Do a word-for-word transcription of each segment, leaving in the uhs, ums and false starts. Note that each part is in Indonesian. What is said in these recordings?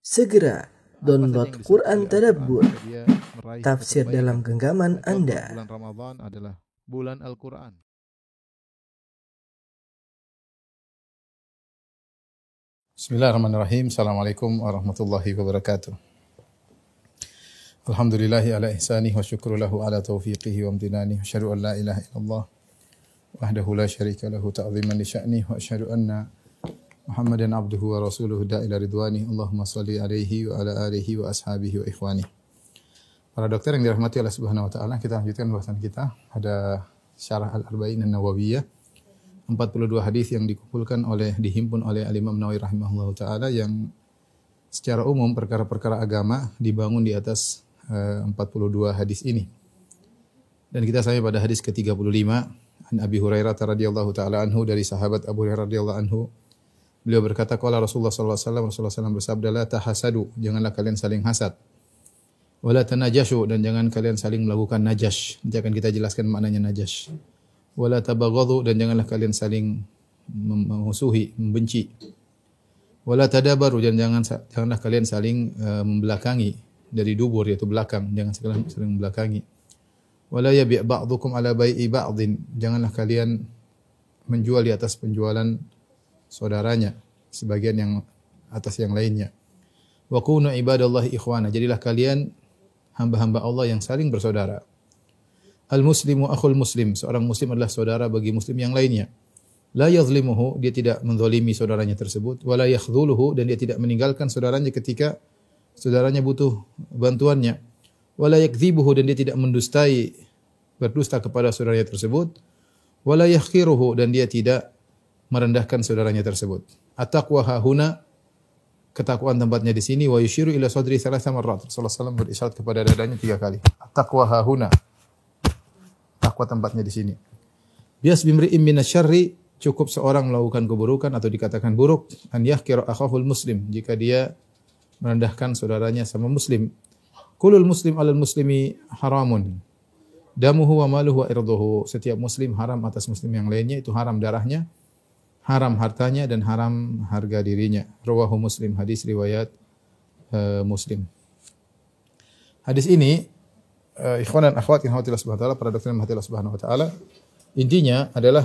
Segera download Quran Tadabbur, Dia meraih tafsir kebaikan. dalam genggaman Contoh, Anda. Bulan Ramadan adalah bulan Al-Quran. Bismillahirrahmanirrahim. Assalamualaikum warahmatullahi wabarakatuh. Alhamdulillahi ala ihsanih wa syukru lahu ala taufiqihi wa amtinani. Wa asyhadu an la ilaha illallah wahdahu la syarika lahu ta'ziman li sya'nih. Wa asyhadu anna Muhammadan abduhu wa rasuluhu da'ila ridwani. Allahumma salli alaihi wa ala alihi wa ashabihi wa ikhwani. Para dokter yang dirahmati Allah Subhanahu wa taala, kita lanjutkan bahasan kita pada Syarah Al-Arba'in An-Nawawiyah. empat puluh dua hadis yang dikumpulkan oleh dihimpun oleh Al-Imam Nawawi rahimahullahu taala yang secara umum perkara-perkara agama dibangun di atas uh, empat puluh dua hadis ini. Dan kita sampai pada hadis ke tiga puluh lima, an Abi Hurairah radhiyallahu taala anhu, dari sahabat Abu Hurairah radhiyallahu anhu. Beliau berkata, qala Rasulullah sallallahu alaihi wasallam, Rasulullah sallallahu alaihi wasallam bersabda, la tahasadu, janganlah kalian saling hasad. Wala tanajashu, dan jangan kalian saling melakukan najash. Nanti akan kita jelaskan maknanya najash. Wala tabaghadhu, dan janganlah kalian saling memusuhi, membenci. Wala tadabaru, dan jangan janganlah kalian saling uh, membelakangi dari dubur, yaitu belakang, jangan saling saling membelakangi. Wala yabi' ba'dukum ala bai'i ba'din, janganlah kalian menjual di atas penjualan saudaranya, sebagian yang atas yang lainnya. Wa kunu ibadallahi ikhwana, jadilah kalian hamba-hamba Allah yang saling bersaudara. Al-muslimu akhul muslim, seorang muslim adalah saudara bagi muslim yang lainnya. La yazlimuhu, dia tidak menzalimi saudaranya tersebut. Wa la yakhdhuluhu, dan dia tidak meninggalkan saudaranya ketika saudaranya butuh bantuannya. Wa la yakdzibuhu, dan dia tidak mendustai, berdusta kepada saudaranya tersebut. Wa la yahqiruhu, dan dia tidak merendahkan saudaranya tersebut. At-taqwa hahuna, ketakwaan tempatnya di sini. Wa yushiru ila sadri thalatha marrat, Rasulullah sallallahu alaihi wasallam berisyarat kepada dadanya tiga kali. At-taqwa hahuna, takwa tempatnya di sini. Bias bimri'im minasyarri, cukup seorang melakukan keburukan atau dikatakan buruk, an yahqira akhahul muslim, jika dia merendahkan saudaranya sama muslim. Kulul muslim alal muslimi haramun, damuhu wa maluhu wa irduhu, setiap muslim haram atas muslim yang lainnya, itu haram darahnya, haram hartanya, dan haram harga dirinya. Rawahu Muslim, hadis riwayat uh, Muslim. Hadis ini uh, ikhwan dan akhwat yang rahmatillah subhanahu wa ta'ala, para dokter yang rahmatillah subhanahu wa ta'ala, intinya adalah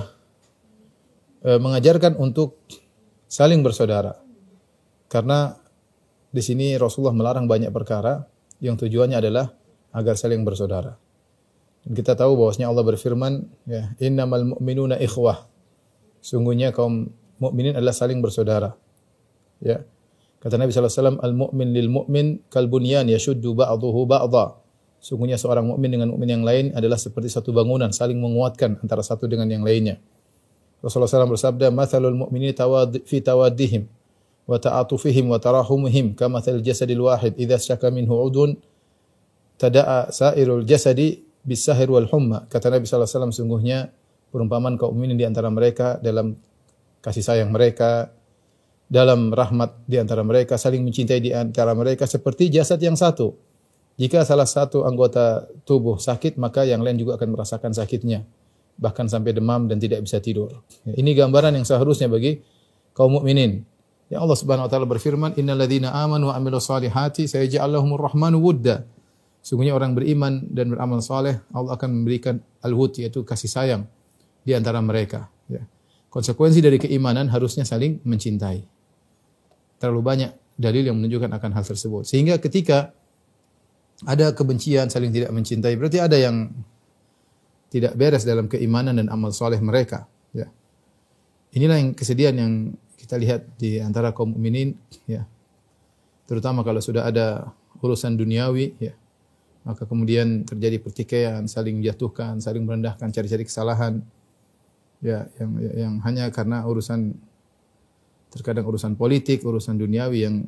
uh, mengajarkan untuk saling bersaudara. Karena di sini Rasulullah melarang banyak perkara yang tujuannya adalah agar saling bersaudara. Dan kita tahu bahwasanya Allah berfirman, ya, innamal mu'minuna ikhwah, sungguhnya kaum mukminin adalah saling bersaudara. Ya. Kata Nabi sallallahu alaihi wasallam, al-mu'min lil mu'min kal bunyan yashuddu ba'dahu ba'dha. Sungguhnya seorang mukmin dengan mukmin yang lain adalah seperti satu bangunan, saling menguatkan antara satu dengan yang lainnya. Rasulullah sallallahu alaihi wasallam bersabda, "Mathalul mu'minina tawad fi tawaddihim wa ta'atufihim wa tarahumihim kamathal jasadil wahid idza syaka minhu 'udun tada'a sa'irul jasadi bis-sahri wal humma." Kata Nabi sallallahu alaihi wasallam, sungguhnya perumpamaan kaum mukminin di antara mereka dalam kasih sayang mereka, dalam rahmat di antara mereka, saling mencintai di antara mereka seperti jasad yang satu. Jika salah satu anggota tubuh sakit, maka yang lain juga akan merasakan sakitnya, bahkan sampai demam dan tidak bisa tidur. Ini gambaran yang seharusnya bagi kaum mukminin. Ya, Allah Subhanahu wa taala berfirman, "Innal ladzina amanu wa 'amilus solihati sayaj'al lahumur rahmanu wudda." Sungguhnya orang beriman dan beramal saleh, Allah akan memberikan al-wud, yaitu kasih sayang di antara mereka. Ya. Konsekuensi dari keimanan harusnya saling mencintai. Terlalu banyak dalil yang menunjukkan akan hal tersebut. Sehingga ketika ada kebencian, saling tidak mencintai, berarti ada yang tidak beres dalam keimanan dan amal soleh mereka. Ya. Inilah yang kesedihan yang kita lihat di antara kaum mukminin, ya. Terutama kalau sudah ada urusan duniawi, ya. Maka kemudian terjadi pertikaian, saling menjatuhkan, saling merendahkan, cari-cari kesalahan. Ya, yang yang hanya karena urusan, terkadang urusan politik, urusan duniawi yang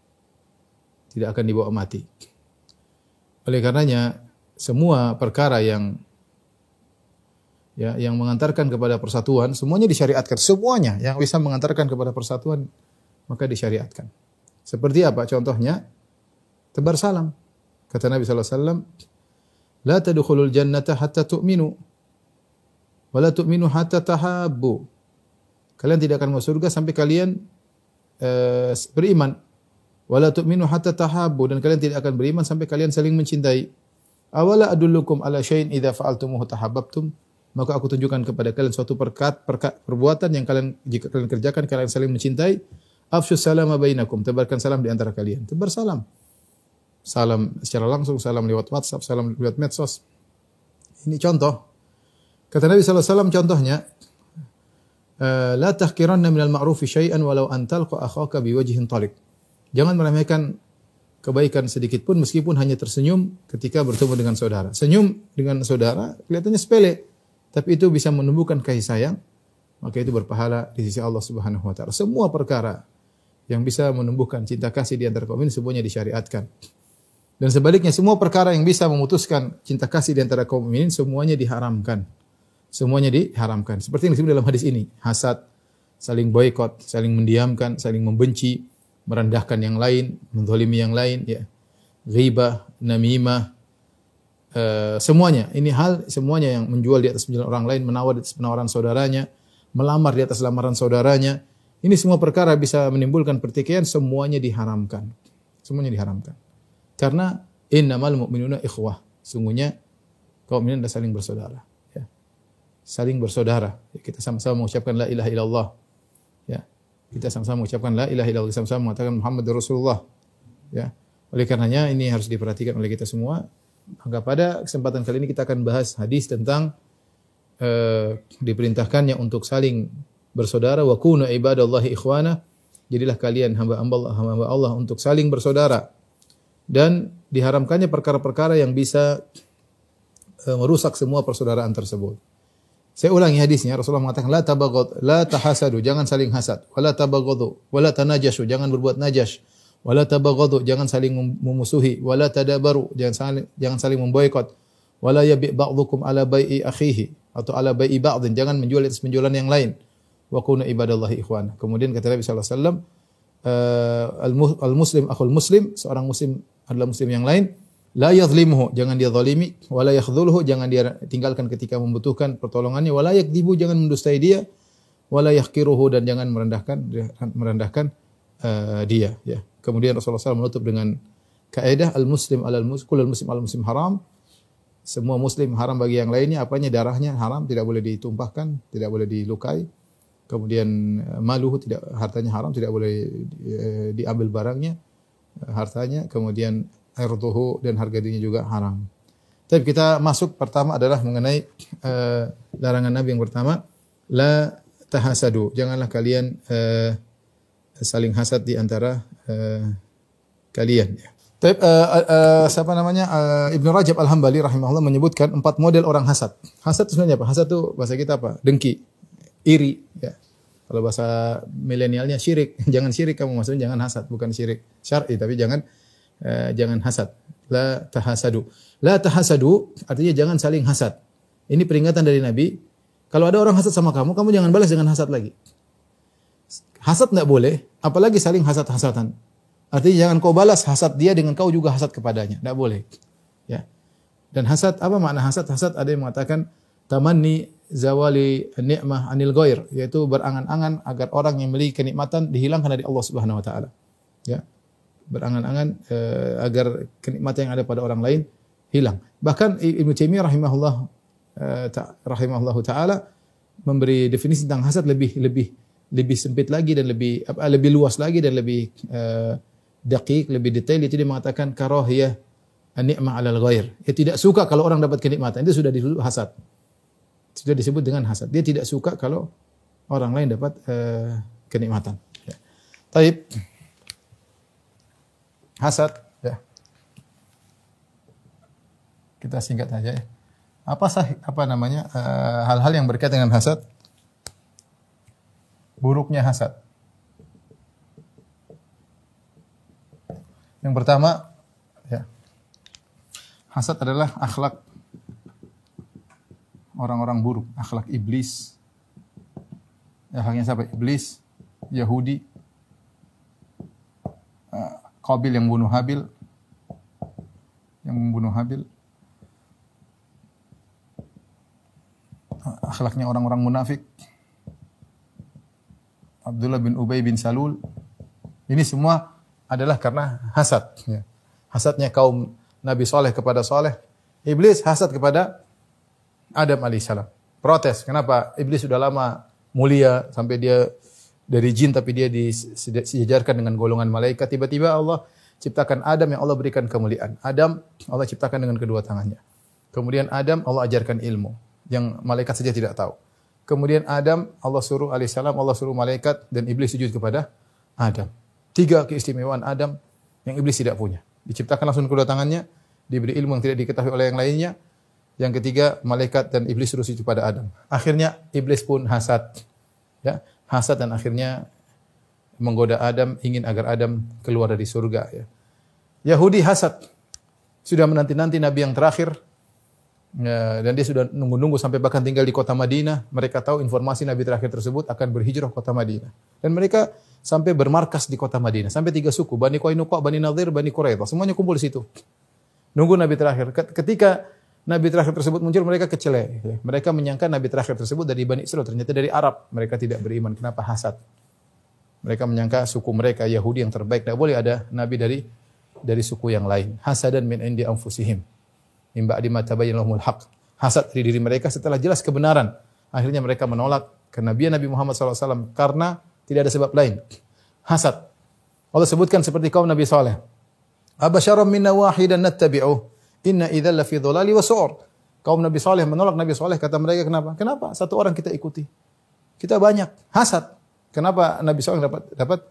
tidak akan dibawa mati. Oleh karenanya, semua perkara yang ya yang mengantarkan kepada persatuan, semuanya disyariatkan, semuanya yang bisa mengantarkan kepada persatuan maka disyariatkan. Seperti apa contohnya? Tebar salam. Kata Nabi sallallahu alaihi wasallam, "La tadkhulul jannata hatta tu'minu, wa la tu'minu hatta tahabbu." Kalian tidak akan masuk surga sampai kalian uh, beriman. Wala tu'minu hatta tahabbu, dan kalian tidak akan beriman sampai kalian saling mencintai. Awala adullukum ala syai'in idza fa'altumuhu tahabbtum. Maka aku tunjukkan kepada kalian suatu perkat, perkat perbuatan yang kalian jika kalian kerjakan kalian saling mencintai. Afsyus salama bainakum, tebarkan salam di antara kalian. Tebar salam. Salam secara langsung, salam lewat WhatsApp, salam lewat medsos. Ini contoh. Kata Nabi sallallahu alaihi wasallam contohnya, la tahqiranna minal ma'rufi syai'an walau an talqa akhaka biwajhin taliq. Jangan meremehkan kebaikan sedikit pun meskipun hanya tersenyum ketika bertemu dengan saudara. Senyum dengan saudara kelihatannya sepele, tapi itu bisa menumbuhkan kasih sayang, maka itu berpahala di sisi Allah Subhanahu wa taala. Semua perkara yang bisa menumbuhkan cinta kasih di antara kaum ini semuanya disyariatkan. Dan sebaliknya semua perkara yang bisa memutuskan cinta kasih di antara kaum mukminin semuanya diharamkan. Semuanya diharamkan. Seperti yang disebut dalam hadis ini, hasad, saling boikot, saling mendiamkan, saling membenci, merendahkan yang lain, menzalimi yang lain, ya. Ghibah, namimah, uh, semuanya. Ini hal semuanya yang menjual di atas penjualan orang lain, menawar di atas penawaran saudaranya, melamar di atas lamaran saudaranya. Ini semua perkara bisa menimbulkan pertikaian, semuanya diharamkan. Semuanya diharamkan. Karena innamal mu'minuna ikhwah. Sungguhnya kaum mukminin adalah saling bersaudara, ya. Saling bersaudara. Ya, kita sama-sama mengucapkan la ilaha illallah. Ya. Kita sama-sama mengucapkan la ilaha illallah, sama-sama mengatakan Muhammadur Rasulullah. Ya. Oleh karenanya ini harus diperhatikan oleh kita semua. Maka pada kesempatan kali ini kita akan bahas hadis tentang uh, diperintahkannya untuk saling bersaudara, wa kunu ibadallahi ikhwana. Jadilah kalian hamba-hamba Allah, hamba Allah untuk saling bersaudara. Dan diharamkannya perkara-perkara yang bisa uh, merusak semua persaudaraan tersebut. Saya ulangi hadisnya, Rasulullah mengatakan la tabaghad, la tahasadu, jangan saling hasad, wala tabaghadu, wala tanajashu, jangan berbuat najash, wala tabaghadu, jangan saling memusuhi, wala tadabaru, jangan saling jangan saling memboikot, wala yabi' ba'dhukum ala bai'i akhihi atau ala bai'i ba'dhin, jangan menjual atas penjualan yang lain. Wa kunu ibadallahi ikhwan. Kemudian kata Nabi sallallahu alaihi wasallam, al-muslim akhul muslim, seorang muslim adalah muslim yang lain. La yadhlimuhu, jangan dia zalimi, wala yakhdhulhu, jangan dia tinggalkan ketika membutuhkan pertolongannya, wala yakdzibu, jangan mendustai dia, wala yahqiruhu, dan jangan merendahkan merendahkan uh, dia, ya. Kemudian Rasulullah shallallahu alaihi wasallam menutup dengan kaidah al-muslim alal muslim, kullu muslim al muslim haram. Semua muslim haram bagi yang lainnya, apanya darahnya haram, tidak boleh ditumpahkan, tidak boleh dilukai. Kemudian maluhu, tidak, hartanya haram, tidak boleh uh, diambil barangnya, uh, hartanya. Kemudian irduhu, dan harga dirinya juga haram. Tapi kita masuk pertama adalah mengenai uh, larangan Nabi yang pertama, la tahasadu, janganlah kalian uh, saling hasad di antara uh, kalian. Tapi uh, uh, siapa namanya uh, Ibnu Rajab Al-Hambali rahimahullah menyebutkan empat model orang hasad. Hasad itu sebenarnya apa? Hasad itu bahasa kita apa? Dengki, iri, ya. Kalau bahasa milenialnya syirik. Jangan syirik kamu, maksudnya jangan hasad, bukan syirik syar'i, tapi jangan Uh, jangan hasad. La tahasadu. La tahasadu artinya jangan saling hasad. Ini peringatan dari Nabi. Kalau ada orang hasad sama kamu, kamu jangan balas dengan hasad lagi. Hasad tidak boleh, apalagi saling hasad-hasatan. Artinya jangan kau balas hasad dia dengan kau juga hasad kepadanya. Tidak boleh. Ya. Dan hasad, apa makna hasad? Hasad ada yang mengatakan tamanni zawali ni'mah anil ghair, yaitu berangan-angan agar orang yang memiliki kenikmatan dihilangkan dari Allah Subhanahu wa taala. Ya. Berangan-angan uh, agar kenikmatan yang ada pada orang lain hilang. Bahkan Ibnu Taimiyah rahimahullah uh, ta, rahimahullahu taala memberi definisi tentang hasad lebih lebih lebih sempit lagi dan lebih uh, lebih luas lagi dan lebih uh, daqiq, lebih detail. Itu dia mengatakan karahiyah an-ni'mah 'alal ghair. Dia tidak suka kalau orang dapat kenikmatan. Itu sudah disebut hasad. Sudah disebut dengan hasad. Dia tidak suka kalau orang lain dapat uh, kenikmatan. Ya. Taib. Hasad, ya. Kita singkat saja, ya. Apa sah, apa namanya uh, hal-hal yang berkaitan dengan hasad? Buruknya hasad. Yang pertama, ya, hasad adalah akhlak orang-orang buruk, akhlak iblis. Ya, akhlaknya siapa? Iblis, Yahudi. Uh, Qabil yang membunuh Habil, yang membunuh Habil, akhlaknya orang-orang munafik, Abdullah bin Ubay bin Salul. Ini semua adalah karena hasad. Ya. Hasadnya kaum Nabi Soleh kepada Soleh. Iblis hasad kepada Adam alaihissalam. Protes. Kenapa? Iblis sudah lama mulia sampai dia dari jin tapi dia disejajarkan dengan golongan malaikat. Tiba-tiba Allah ciptakan Adam yang Allah berikan kemuliaan. Adam Allah ciptakan dengan kedua tangannya. Kemudian Adam Allah ajarkan ilmu yang malaikat saja tidak tahu. Kemudian Adam, Allah suruh alaihissalam, Allah suruh malaikat dan iblis sujud kepada Adam. Tiga keistimewaan Adam yang iblis tidak punya. Diciptakan langsung kedua tangannya, diberi ilmu yang tidak diketahui oleh yang lainnya. Yang ketiga, malaikat dan iblis suruh sujud kepada Adam. Akhirnya iblis pun hasad. Ya, hasad dan akhirnya menggoda Adam, ingin agar Adam keluar dari surga. Ya. Yahudi hasad. Sudah menanti-nanti Nabi yang terakhir. Ya, dan dia sudah nunggu-nunggu sampai bahkan tinggal di kota Madinah. Mereka tahu informasi Nabi terakhir tersebut akan berhijrah ke kota Madinah. Dan mereka sampai bermarkas di kota Madinah. Sampai tiga suku, Bani Qainuqa, Bani Nadir, Bani Quraidah. Semuanya kumpul di situ. Nunggu Nabi terakhir. Ketika Nabi terakhir tersebut muncul, mereka kecele. Mereka menyangka Nabi terakhir tersebut dari Bani Israel. Ternyata dari Arab. Mereka tidak beriman. Kenapa? Hasad. Mereka menyangka suku mereka Yahudi yang terbaik. Tidak boleh ada Nabi dari dari suku yang lain. Hasadan min indi anfusihim. Mimba di mata bayin lahumul haq. Hasad dari diri mereka setelah jelas kebenaran. Akhirnya mereka menolak kenabian Nabi Muhammad shallallahu alaihi wasallam karena tidak ada sebab lain. Hasad. Allah sebutkan seperti kaum Nabi Saleh. Abasyaram minna wahidan nattabi'uh. Inna idzal lafi dhalali wa su'ur. Kaum Nabi Saleh menolak Nabi Saleh, kata mereka kenapa? Kenapa satu orang kita ikuti? Kita banyak. Hasad. Kenapa Nabi Saleh dapat dapat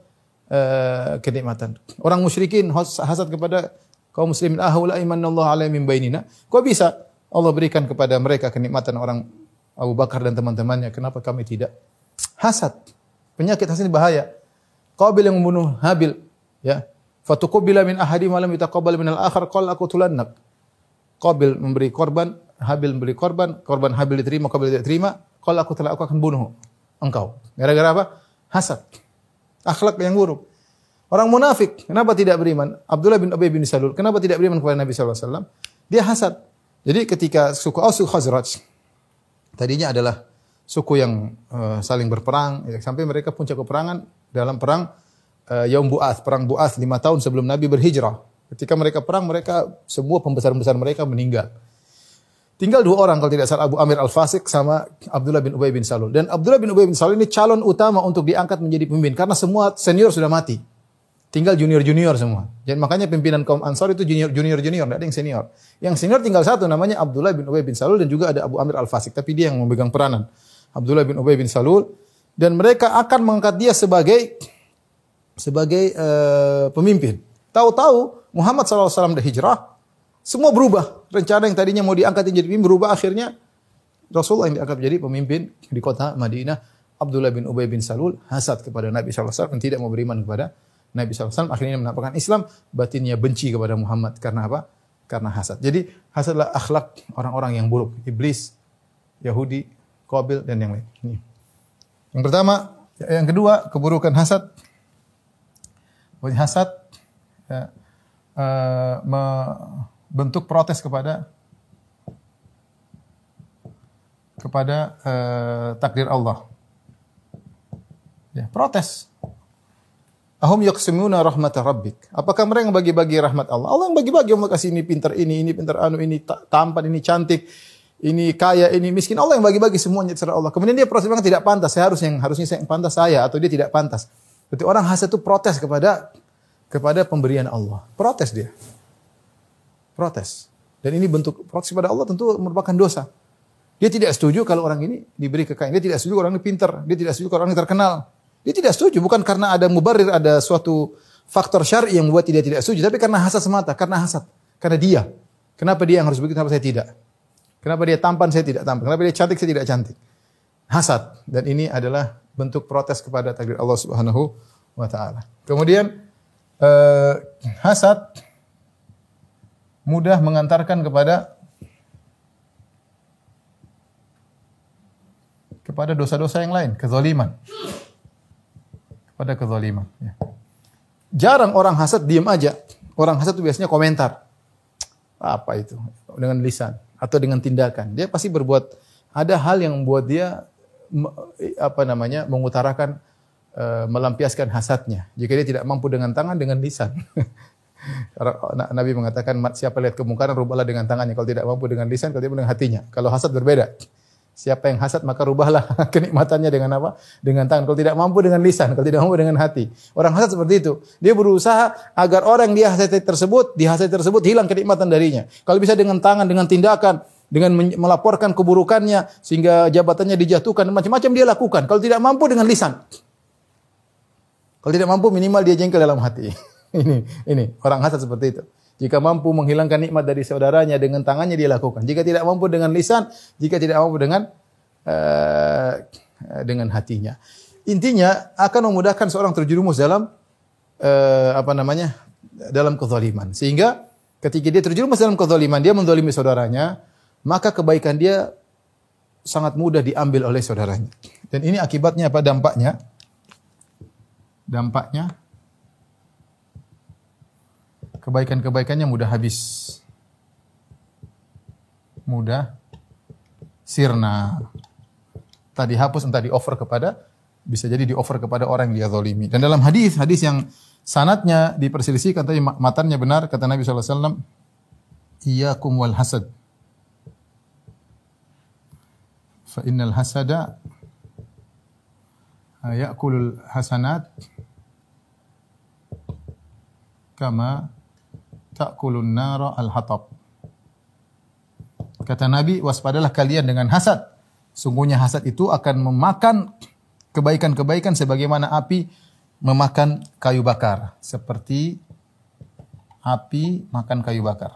uh, kenikmatan? Orang musyrikin hasad kepada kaum muslimin, ahula imanallahu alaihi min bainina. Kok bisa Allah berikan kepada mereka kenikmatan orang Abu Bakar dan teman-temannya, kenapa kami tidak? Hasad. Penyakit hasad ini bahaya. Qabil yang membunuh Habil, ya. Fatuqbila min ahadi ma lam yutaqabbal min al-akhar qala aqtulannak. Qabil memberi korban, Habil memberi korban, korban Habil diterima, Qabil tidak terima, qala aqtulan, aku akan bunuh engkau. Gara-gara apa? Hasad. Akhlak yang buruk. Orang munafik, kenapa tidak beriman? Abdullah bin Ubay bin Salul, kenapa tidak beriman kepada Nabi sallallahu alaihi wasallam? Dia hasad. Jadi ketika suku Aus Khazraj, tadinya adalah suku yang uh, saling berperang, ya, sampai mereka puncak peperangan dalam perang uh, Yaum Bu'ath, perang Bu'ath lima tahun sebelum Nabi berhijrah. Ketika mereka perang, mereka semua pembesar-pembesar mereka meninggal. Tinggal dua orang kalau tidak salah, Abu Amir Al-Fasiq sama Abdullah bin Ubay bin Salul. Dan Abdullah bin Ubay bin Salul ini calon utama untuk diangkat menjadi pemimpin karena semua senior sudah mati. Tinggal junior-junior semua. Jadi makanya pimpinan kaum Ansar itu junior-junior, tidak ada yang senior. Yang senior tinggal satu, namanya Abdullah bin Ubay bin Salul, dan juga ada Abu Amir Al-Fasiq, tapi dia yang memegang peranan. Abdullah bin Ubay bin Salul, dan mereka akan mengangkat dia sebagai sebagai uh, pemimpin. Tahu-tahu Muhammad shallallahu alaihi wasallam dah hijrah, semua berubah. Rencana yang tadinya mau diangkat menjadi pemimpin berubah, akhirnya Rasulullah yang diangkat menjadi pemimpin di kota Madinah. Abdullah bin Ubay bin Salul hasad kepada Nabi shallallahu alaihi wasallam dan tidak mau beriman kepada Nabi shallallahu alaihi wasallam. Akhirnya menampakkan Islam, batinnya benci kepada Muhammad. Karena apa? Karena hasad. Jadi hasad adalah akhlak orang-orang yang buruk. Iblis, Yahudi, Qabil, dan yang lain. Ini. Yang pertama, yang kedua, keburukan hasad. Hasad ya, uh, membentuk protes kepada kepada uh, takdir Allah. Ya, protes. Ahum yaqsimuna rahmat rabbik. Apakah mereka yang bagi-bagi rahmat Allah? Allah yang bagi-bagi, Allah kasih ini pintar ini, ini pintar anu, ini tampan, ini cantik, ini kaya, ini miskin. Allah yang bagi-bagi semuanya terserah Allah. Kemudian dia protes bilang tidak pantas. Saya harus yang harusnya saya yang pantas saya, atau dia tidak pantas. Berarti orang hasad itu protes kepada kepada pemberian Allah. Protes dia. Protes. Dan ini bentuk protes kepada Allah tentu merupakan dosa. Dia tidak setuju kalau orang ini diberi kekayaan. Dia tidak setuju kalau orang ini pintar. Dia tidak setuju kalau orang ini terkenal. Dia tidak setuju, bukan karena ada mubarir, ada suatu faktor syar'i yang membuat dia tidak setuju, tapi karena hasad semata, karena hasad. Karena dia. Kenapa dia yang harus begitu, kenapa saya tidak? Kenapa dia tampan, saya tidak tampan? Kenapa dia cantik, saya tidak cantik? Hasad. Dan ini adalah bentuk protes kepada takdir Allah Subhanahu wa taala. Kemudian eh, hasad mudah mengantarkan kepada kepada dosa-dosa yang lain, kezaliman. Pada kezaliman. Ya. Jarang orang hasad diam aja. Orang hasad itu biasanya komentar. Apa itu? Dengan lisan atau dengan tindakan. Dia pasti berbuat, ada hal yang membuat dia apa namanya mengutarakan uh, melampiaskan hasadnya. Jika dia tidak mampu dengan tangan, dengan lisan. Nabi mengatakan, siapa lihat kemungkaran, rubahlah dengan tangannya. Kalau tidak mampu dengan lisan, kalau tidak mampu dengan hatinya. Kalau hasad berbeda. Siapa yang hasad, maka rubahlah kenikmatannya dengan apa? Dengan tangan. Kalau tidak mampu dengan lisan, kalau tidak mampu dengan hati. Orang hasad seperti itu. Dia berusaha agar orang yang dia hasad tersebut, di hasad tersebut hilang kenikmatan darinya. Kalau bisa dengan tangan, dengan tindakan, dengan melaporkan keburukannya, sehingga jabatannya dijatuhkan, macam-macam dia lakukan. Kalau tidak mampu dengan lisan. Kalau tidak mampu, minimal dia jengkel dalam hati. ini, ini orang hasad seperti itu. Jika mampu menghilangkan nikmat dari saudaranya dengan tangannya dia lakukan. Jika tidak mampu dengan lisan, jika tidak mampu dengan uh, dengan hatinya. Intinya akan memudahkan seorang terjerumus dalam uh, apa namanya? dalam kezaliman. Sehingga ketika dia terjerumus dalam kezaliman, dia menzalimi saudaranya, maka kebaikan dia sangat mudah diambil oleh saudaranya. Dan ini akibatnya apa? Dampaknya dampaknya kebaikan-kebaikannya mudah habis. Mudah sirna. Entah dihapus, entah di-offer kepada, bisa jadi di-offer kepada orang yang dia zalimi. Dan dalam hadis, hadis yang sanadnya diperselisihkan, tapi matannya benar, kata Nabi sallallahu alaihi wasallam, iyyakum wal hasad. Fa innal hasada ya'kulul hasanat kama ta'kulun nara al-hatab. Kata Nabi, waspadalah kalian dengan hasad. Sungguhnya hasad itu akan memakan kebaikan-kebaikan sebagaimana api memakan kayu bakar. Seperti api makan kayu bakar.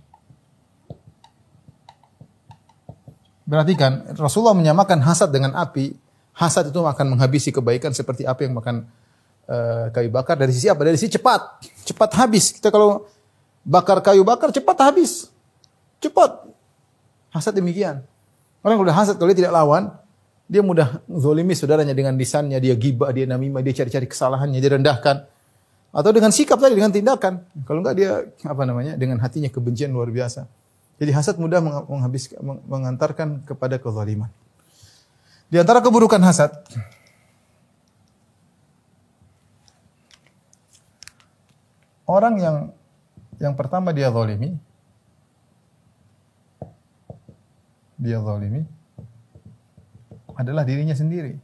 Perhatikan, Rasulullah menyamakan hasad dengan api. Hasad itu akan menghabisi kebaikan seperti api yang makan uh, kayu bakar. Dari sisi apa? Dari sisi cepat. Cepat habis. Kita kalau bakar kayu bakar cepat habis. Cepat. Hasad demikian. Orang kalau udah hasad, kalau dia tidak lawan, dia mudah zalimi saudaranya dengan lisannya, dia gibah, dia namimah, dia cari-cari kesalahannya, dia rendahkan. Atau dengan sikap tadi, dengan tindakan. Kalau enggak dia apa namanya? Dengan hatinya kebencian luar biasa. Jadi hasad mudah menghabis, mengantarkan kepada kezaliman. Di antara keburukan hasad, orang yang yang pertama dia zalimi, dia zalimi adalah dirinya sendiri.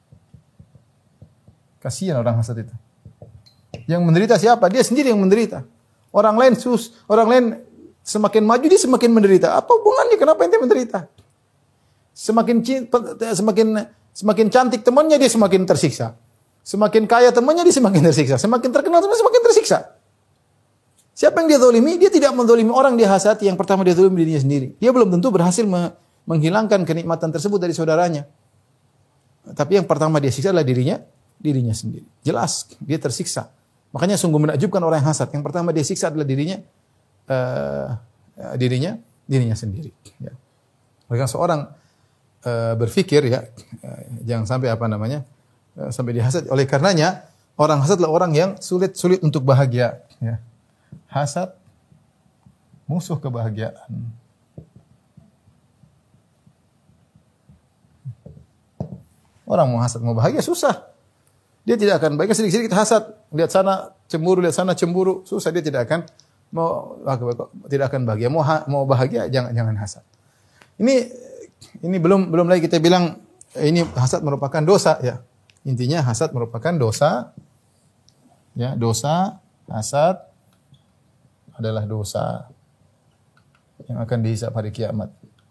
Kasihan orang hasad itu. Yang menderita siapa? Dia sendiri yang menderita. Orang lain sus, orang lain semakin maju dia semakin menderita. Apa hubungannya? Kenapa ente menderita? Semakin semakin semakin cantik temannya dia semakin tersiksa. Semakin kaya temannya dia semakin tersiksa. Semakin terkenal temannya semakin tersiksa. Siapa yang dia zalimi? Dia tidak menzalimi orang dia hasad. Yang pertama dia zalimi dirinya sendiri. Dia belum tentu berhasil me menghilangkan kenikmatan tersebut dari saudaranya. Tapi yang pertama dia siksa adalah dirinya, dirinya sendiri. Jelas dia tersiksa. Makanya sungguh menakjubkan orang yang hasad. Yang pertama dia siksa adalah dirinya, uh, dirinya, dirinya sendiri. Ya. Mereka seorang uh, berpikir ya, uh, jangan sampai apa namanya, uh, sampai dihasad. Oleh karenanya orang hasad adalah orang yang sulit sulit untuk bahagia. Ya. Hasad musuh kebahagiaan. Orang mau hasad, mau bahagia susah. Dia tidak akan bahagia, sedikit-sedikit hasad. Lihat sana cemburu, lihat sana cemburu. Susah, dia tidak akan mau tidak akan bahagia. Mau mau bahagia jangan jangan hasad. Ini ini belum belum lagi kita bilang ini hasad merupakan dosa ya. Intinya hasad merupakan dosa. Ya, dosa, hasad adalah dosa yang akan dihisab hari kiamat.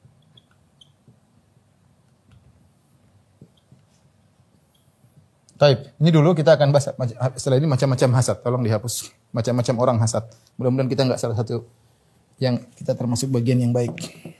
Baik, ini dulu kita akan bahas setelah ini macam-macam hasad. Tolong dihapus macam-macam orang hasad. Mudah-mudahan kita enggak salah satu yang kita termasuk bagian yang baik.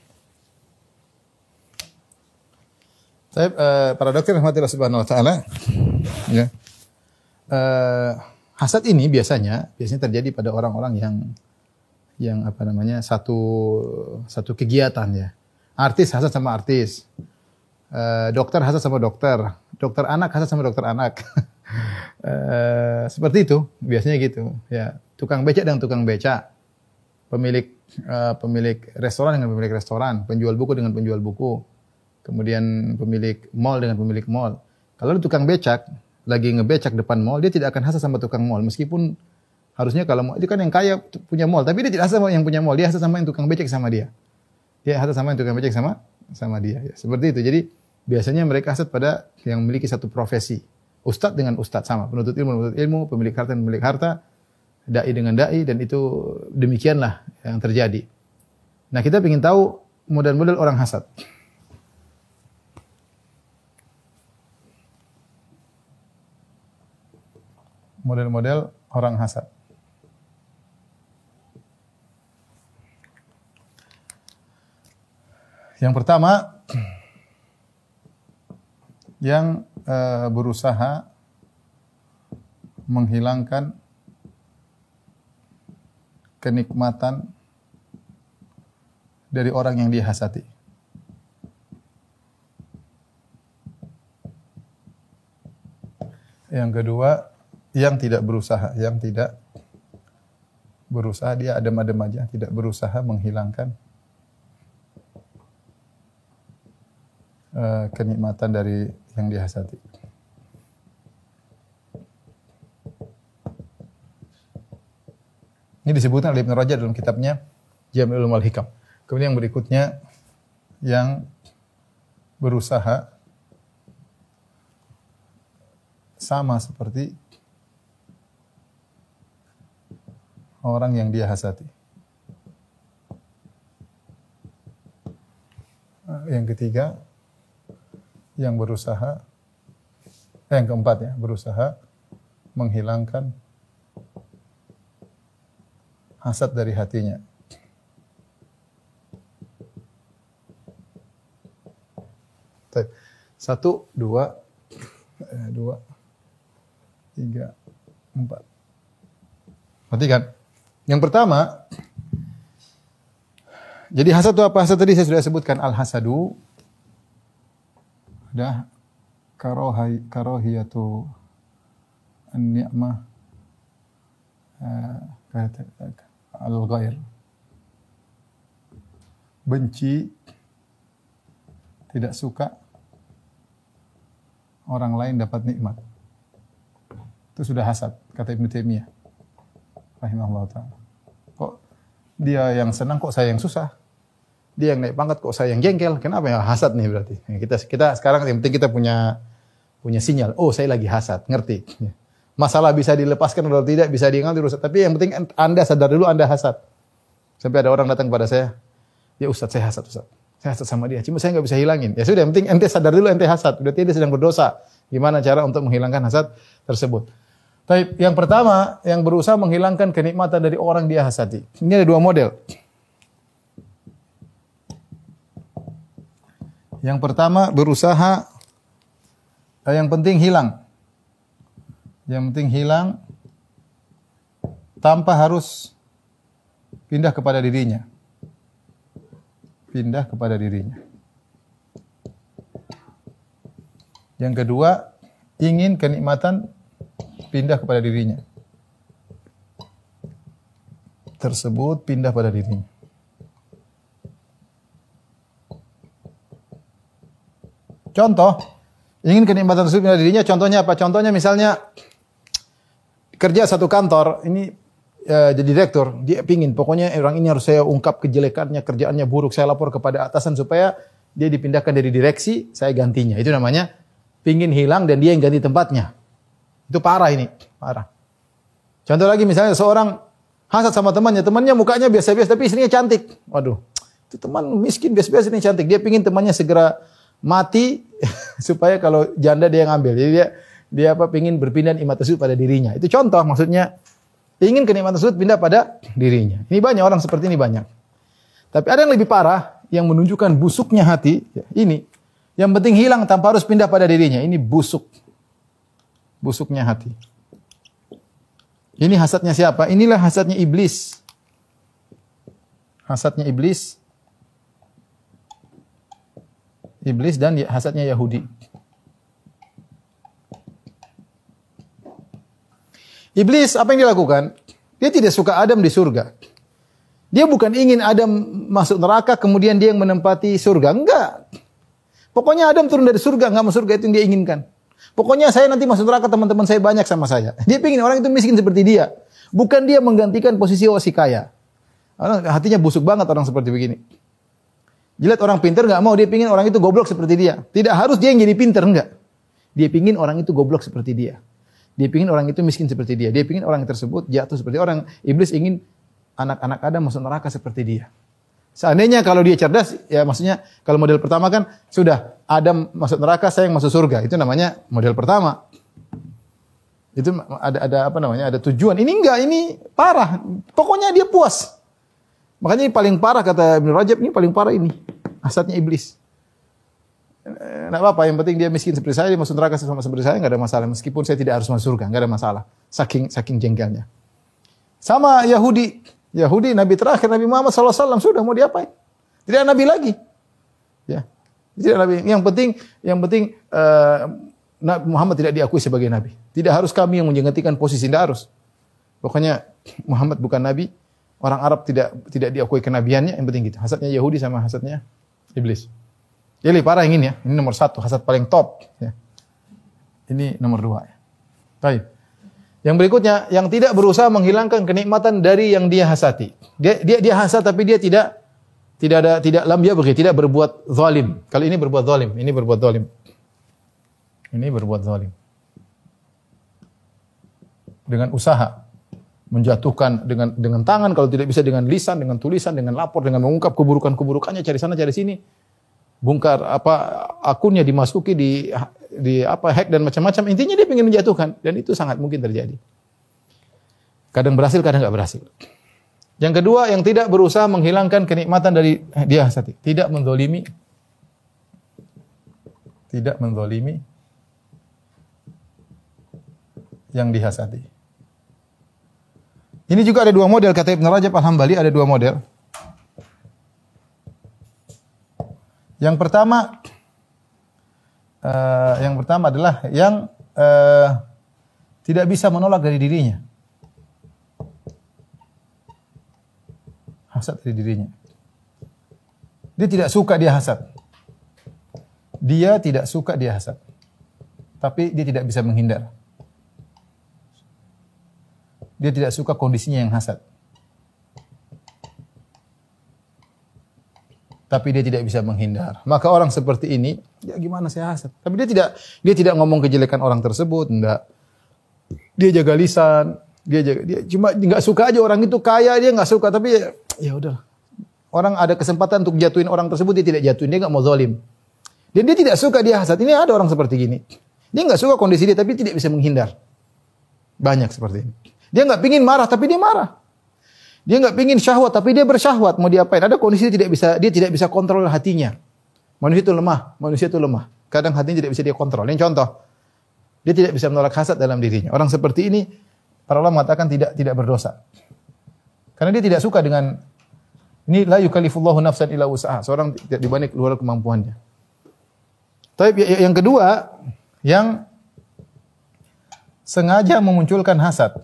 Baik, uh, para dokter rahmatillah subhanahu wa taala. Ya. Uh, hasad ini biasanya biasanya terjadi pada orang-orang yang yang apa namanya? satu satu kegiatan ya. Artis hasad sama artis. Uh, dokter hasad sama dokter, dokter anak hasad sama dokter anak. uh, seperti itu, biasanya gitu. Ya, tukang becak dengan tukang becak, pemilik uh, pemilik restoran dengan pemilik restoran, penjual buku dengan penjual buku, kemudian pemilik mall dengan pemilik mall. Kalau tukang becak, lagi ngebecak depan mall, dia tidak akan hasad sama tukang mall. Meskipun harusnya kalau itu kan yang kaya punya mall, tapi dia tidak hasad sama yang punya mall, dia hasad sama yang tukang becak sama dia. Dia hasad sama yang tukang becak sama sama dia. Ya, seperti itu. Jadi biasanya mereka hasad pada yang memiliki satu profesi. Ustadz dengan ustadz sama, penuntut ilmu penuntut ilmu, pemilik harta pemilik harta, dai dengan dai, dan itu demikianlah yang terjadi. Nah, kita ingin tahu model-model orang hasad. Model-model orang hasad. Yang pertama, yang uh, berusaha menghilangkan kenikmatan dari orang yang dia hasati. Yang kedua, yang tidak berusaha, yang tidak berusaha, dia adem-adem aja, tidak berusaha menghilangkan uh, kenikmatan dari yang dihasati. Ini disebutkan oleh Ibnu Rajab dalam kitabnya Jami'ul Ulum wal Hikam. Kemudian yang berikutnya, yang berusaha sama seperti orang yang dia hasati. Yang ketiga, yang berusaha, eh, yang keempat ya, berusaha menghilangkan hasad dari hatinya. Satu, dua, eh, dua, tiga, empat. Perhatikan. Yang pertama, jadi hasad itu apa? Hasad tadi saya sudah sebutkan, al-hasadu ada karohi, karohiyatu an-ni'mah al-ghair. Benci, tidak suka orang lain dapat nikmat. Itu sudah hasad, kata Ibnu Taimiyah rahimahullah ta'ala. Kok dia yang senang, kok saya yang susah? Dia yang naik pangkat, kok saya yang jengkel? Kenapa ya? Hasad nih berarti. Kita kita sekarang yang penting kita punya punya sinyal. Oh, saya lagi hasad, ngerti? Masalah bisa dilepaskan atau tidak, bisa diingat dirusak. Tapi yang penting Anda sadar dulu Anda hasad. Sampai ada orang datang kepada saya, ya Ustaz, saya hasad Ustaz. Saya hasad sama dia, cuma saya nggak bisa hilangin. Ya sudah, yang penting ente sadar dulu ente hasad. Berarti dia sedang berdosa. Gimana cara untuk menghilangkan hasad tersebut? Tapi yang pertama, yang berusaha menghilangkan kenikmatan dari orang dia hasadi. Ini ada dua model. Yang pertama, berusaha yang penting hilang. Yang penting hilang tanpa harus pindah kepada dirinya. Pindah kepada dirinya. Yang kedua, ingin kenikmatan pindah kepada dirinya. Tersebut pindah pada dirinya. Contoh, ingin kenikmatan tersebut pindah dirinya, contohnya apa? Contohnya misalnya kerja satu kantor, ini ya, jadi direktur, dia pingin, pokoknya orang ini harus saya ungkap kejelekannya, kerjaannya buruk, saya lapor kepada atasan supaya dia dipindahkan dari direksi, saya gantinya. Itu namanya pingin hilang dan dia yang ganti tempatnya. Itu parah ini, parah. Contoh lagi misalnya seorang hasad sama temannya, temannya mukanya biasa-biasa tapi istrinya cantik. Waduh, itu teman miskin biasa-biasa ini cantik. Dia pingin temannya segera mati supaya kalau janda dia yang ambil. Jadi dia dia apa pingin berpindah nikmat tersebut pada dirinya. Itu contoh, maksudnya ingin kenikmatan tersebut pindah pada dirinya. Ini banyak orang seperti ini banyak. Tapi ada yang lebih parah yang menunjukkan busuknya hati. Ini yang penting hilang tanpa harus pindah pada dirinya. Ini busuk. Busuknya hati. Ini hasadnya siapa? Inilah hasadnya iblis. Hasadnya iblis. Iblis dan hasadnya Yahudi. Iblis apa yang dilakukan? Dia tidak suka Adam di surga. Dia bukan ingin Adam masuk neraka kemudian dia yang menempati surga. Enggak. Pokoknya Adam turun dari surga, enggak masuk surga, itu yang dia inginkan. Pokoknya saya nanti masuk neraka, teman-teman saya banyak sama saya. Dia pingin orang itu miskin seperti dia. Bukan dia menggantikan posisi oh si kaya. Orang hatinya busuk banget orang seperti begini. Jilat orang pintar nggak mau, dia pingin orang itu goblok seperti dia. Tidak harus dia yang jadi pintar, enggak. Dia pingin orang itu goblok seperti dia. Dia pingin orang itu miskin seperti dia. Dia pingin orang tersebut jatuh seperti orang. Iblis ingin anak-anak Adam masuk neraka seperti dia. Seandainya kalau dia cerdas, ya maksudnya kalau model pertama kan sudah Adam masuk neraka, saya yang masuk surga. Itu namanya model pertama. Itu ada ada apa namanya? Ada tujuan. Ini enggak, ini parah. Pokoknya dia puas. Makanya ini paling parah kata Ibnu Rajab, ini paling parah ini. Hasadnya iblis. Enggak apa-apa, yang penting dia miskin seperti saya, dia masuk neraka sama seperti saya, enggak ada masalah. Meskipun saya tidak harus masuk surga, enggak ada masalah. Saking saking jengkelnya. Sama Yahudi. Yahudi, Nabi terakhir Nabi Muhammad shallallahu alaihi wasallam sudah mau diapain? Tidak ada Nabi lagi. Ya, tidak Nabi. Yang penting, yang penting uh, Muhammad tidak diakui sebagai Nabi. Tidak harus kami yang menggantikan posisi, tidak harus. Pokoknya Muhammad bukan Nabi. Orang Arab tidak tidak diakui kenabiannya. Yang penting gitu. Hasadnya Yahudi sama hasadnya iblis. Jadi parah yang ini ya. Ini nomor satu, hasad paling top. Ya. Ini nomor dua. Ya. Baik. Yang berikutnya, yang tidak berusaha menghilangkan kenikmatan dari yang dia hasati. Dia dia dia hasad tapi dia tidak tidak ada tidak lam ya begitu, tidak berbuat zalim. Kali ini berbuat zalim, ini berbuat zalim. Ini berbuat zalim. Dengan usaha menjatuhkan dengan dengan tangan, kalau tidak bisa dengan lisan, dengan tulisan, dengan lapor, dengan mengungkap keburukan-keburukannya, cari sana cari sini. Bongkar apa akunnya dimasuki di di apa hack dan macam-macam. Intinya dia ingin menjatuhkan dan itu sangat mungkin terjadi. Kadang berhasil, kadang enggak berhasil. Yang kedua, yang tidak berusaha menghilangkan kenikmatan dari dia hasati, tidak menzalimi tidak menzalimi yang dihasati. Ini juga ada dua model kata Ibnu Rajab Al-Hambali, ada dua model. Yang pertama, uh, yang pertama adalah yang uh, tidak bisa menolak dari dirinya, hasad dari dirinya. Dia tidak suka dia hasad, dia tidak suka dia hasad, tapi dia tidak bisa menghindar. Dia tidak suka kondisinya yang hasad, tapi dia tidak bisa menghindar. Maka orang seperti ini, ya gimana saya hasad? Tapi dia tidak dia tidak ngomong kejelekan orang tersebut, enggak. Dia jaga lisan, dia jaga dia cuma enggak suka aja orang itu kaya, dia enggak suka, tapi ya, ya udah. Orang ada kesempatan untuk jatuhin orang tersebut, dia tidak jatuhin, dia enggak mau zalim. Dan dia tidak suka dia hasad. Ini ada orang seperti gini. Dia enggak suka kondisi dia, tapi tidak bisa menghindar. Banyak seperti ini. Dia enggak pingin marah, tapi dia marah. Dia enggak pingin syahwat, tapi dia bersyahwat. Mau diapain? Ada kondisi dia tidak bisa, dia tidak bisa kontrol hatinya. Manusia itu lemah, manusia itu lemah. Kadang hatinya tidak bisa dia kontrol. Ini contoh. Dia tidak bisa menolak hasad dalam dirinya. Orang seperti ini, para ulama mengatakan tidak tidak berdosa. Karena dia tidak suka dengan ini la yukallifullahu nafsan illa wus'aha. Seorang tidak dibanding luar kemampuannya. Tapi yang kedua, yang sengaja memunculkan hasad.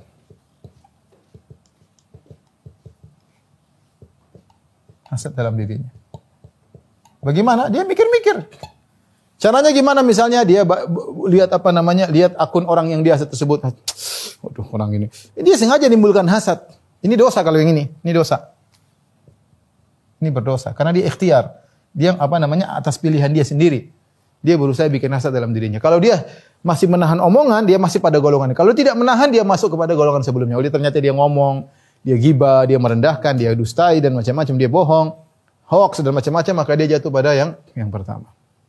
Hasad dalam dirinya. Bagaimana? Dia mikir-mikir. Caranya gimana? Misalnya dia lihat apa namanya, lihat akun orang yang dia hasad tersebut. Waduh, orang ini. Dia sengaja menimbulkan hasad. Ini dosa kalau yang ini. Ini dosa. Ini berdosa karena dia ikhtiar. Dia apa namanya atas pilihan dia sendiri. Dia berusaha bikin hasad dalam dirinya. Kalau dia masih menahan omongan, dia masih pada golongan. Kalau tidak menahan, dia masuk kepada golongan sebelumnya. Oh, dia ternyata dia ngomong, dia gibah, dia merendahkan, dia dustai dan macam-macam, dia bohong, hoax dan macam-macam, maka dia jatuh pada yang yang pertama.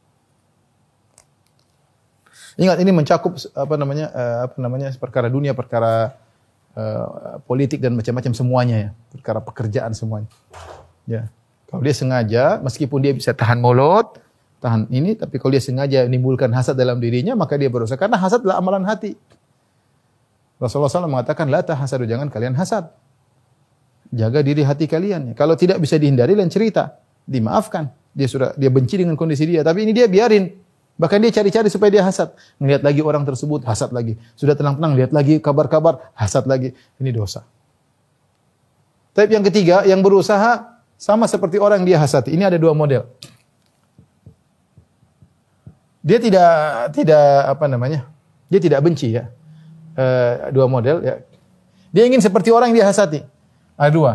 Ingat ini mencakup apa namanya uh, apa namanya perkara dunia, perkara uh, politik dan macam-macam semuanya ya, perkara pekerjaan semuanya. Ya. Kalau dia sengaja, meskipun dia bisa tahan mulut, tahan ini, tapi kalau dia sengaja menimbulkan hasad dalam dirinya, maka dia berdosa. Karena hasad adalah amalan hati. Rasulullah shallallahu alaihi wasallam mengatakan, la tahasadu, jangan kalian hasad. Jaga diri hati kalian. Kalau tidak bisa dihindari, lain cerita. Dimaafkan. Dia sudah dia benci dengan kondisi dia, tapi ini dia biarin. Bahkan dia cari-cari supaya dia hasad. Ngelihat lagi orang tersebut, hasad lagi. Sudah tenang-tenang, lihat lagi kabar-kabar, hasad lagi. Ini dosa. Tapi yang ketiga, yang berusaha sama seperti orang yang dia hasati. Ini ada dua model. Dia tidak tidak apa namanya? Dia tidak benci ya. E, dua model ya. Dia ingin seperti orang yang dia hasati. Ada dua.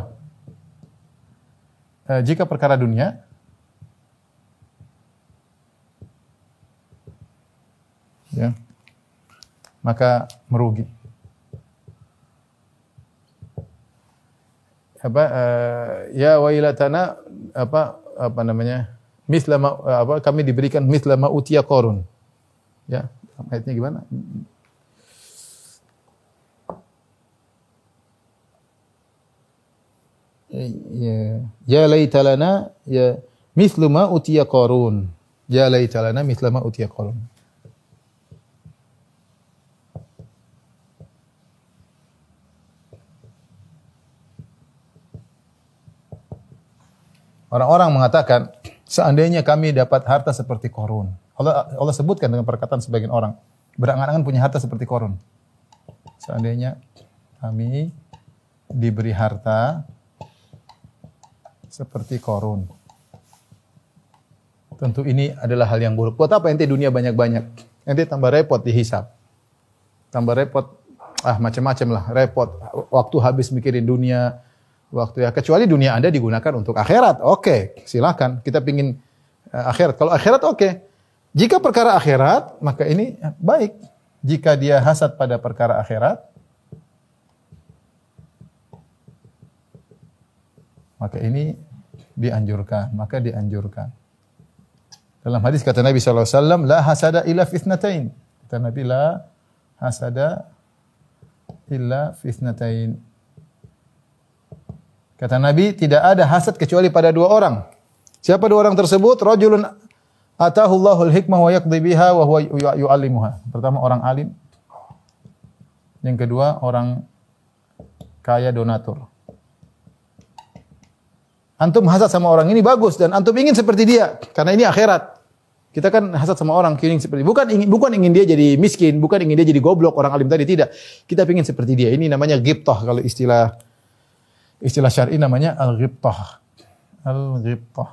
E, jika perkara dunia, ya, maka merugi. Apa uh, ya wailatana apa apa namanya? Misla ma, apa kami diberikan misla ma utiya Qarun. Ya, ayatnya gimana? Ya, ya laitalana ya mislu ma utiya Qarun. Ya laitalana misla ma utiya Qarun. Orang-orang mengatakan, seandainya kami dapat harta seperti Qarun. Allah, Allah sebutkan dengan perkataan sebagian orang, berangan-angan punya harta seperti Qarun. Seandainya kami diberi harta seperti Qarun. Tentu ini adalah hal yang buruk. Buat apa ente dunia banyak-banyak? Ente tambah repot dihisab. Tambah repot, ah macam-macam lah, repot. Waktu habis mikirin dunia, waktu ya, kecuali dunia Anda digunakan untuk akhirat. Oke, silakan. Kita pingin uh, akhirat. Kalau akhirat oke. Jika perkara akhirat, maka ini baik. Jika dia hasad pada perkara akhirat, maka ini dianjurkan, maka dianjurkan. Dalam hadis kata Nabi sallallahu alaihi wasallam, la hasada illa fitnatain. Kata Nabi, la hasada illa fitnatain. Kata Nabi, tidak ada hasad kecuali pada dua orang. Siapa dua orang tersebut? Rajulun atahu Allahul hikmah wa yaqdi biha wa huwa yu'allimuha. Pertama orang alim. Yang kedua orang kaya donatur. Antum hasad sama orang ini bagus dan antum ingin seperti dia karena ini akhirat. Kita kan hasad sama orang ingin seperti bukan ingin bukan ingin dia jadi miskin, bukan ingin dia jadi goblok orang alim tadi, tidak. Kita ingin seperti dia. Ini namanya ghibthah kalau istilah Istilah syar'i namanya al-ghibthah. Al-ghibthah.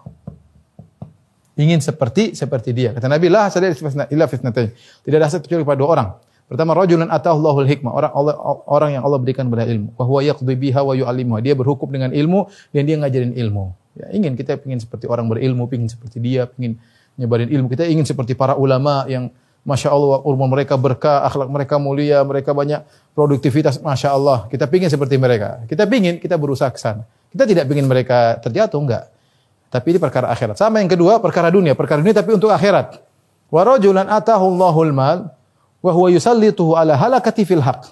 Ingin seperti seperti dia. Kata Nabi, la hasada illa fitnatain. Tidak ada hasad kecuali pada dua orang. Pertama, rajulun atahu Allahul hikmah, orang Allah, orang yang Allah berikan pada ilmu. Wa huwa yaqdi biha wa yu'allimuha. Dia berhukum dengan ilmu dan dia ngajarin ilmu. Ya, ingin kita ingin seperti orang berilmu, ingin seperti dia, ingin nyebarin ilmu. Kita ingin seperti para ulama yang Masya Allah, umur mereka berkah, akhlak mereka mulia, mereka banyak produktivitas, Masya Allah. Kita pingin seperti mereka. Kita pingin, kita berusaha ke sana. Kita tidak pingin mereka terjatuh, enggak. Tapi ini perkara akhirat. Sama yang kedua, perkara dunia. Perkara dunia tapi untuk akhirat. Wa rajulan atahu Allahul mal, wa huwa yusallituhu ala halakati fil haq.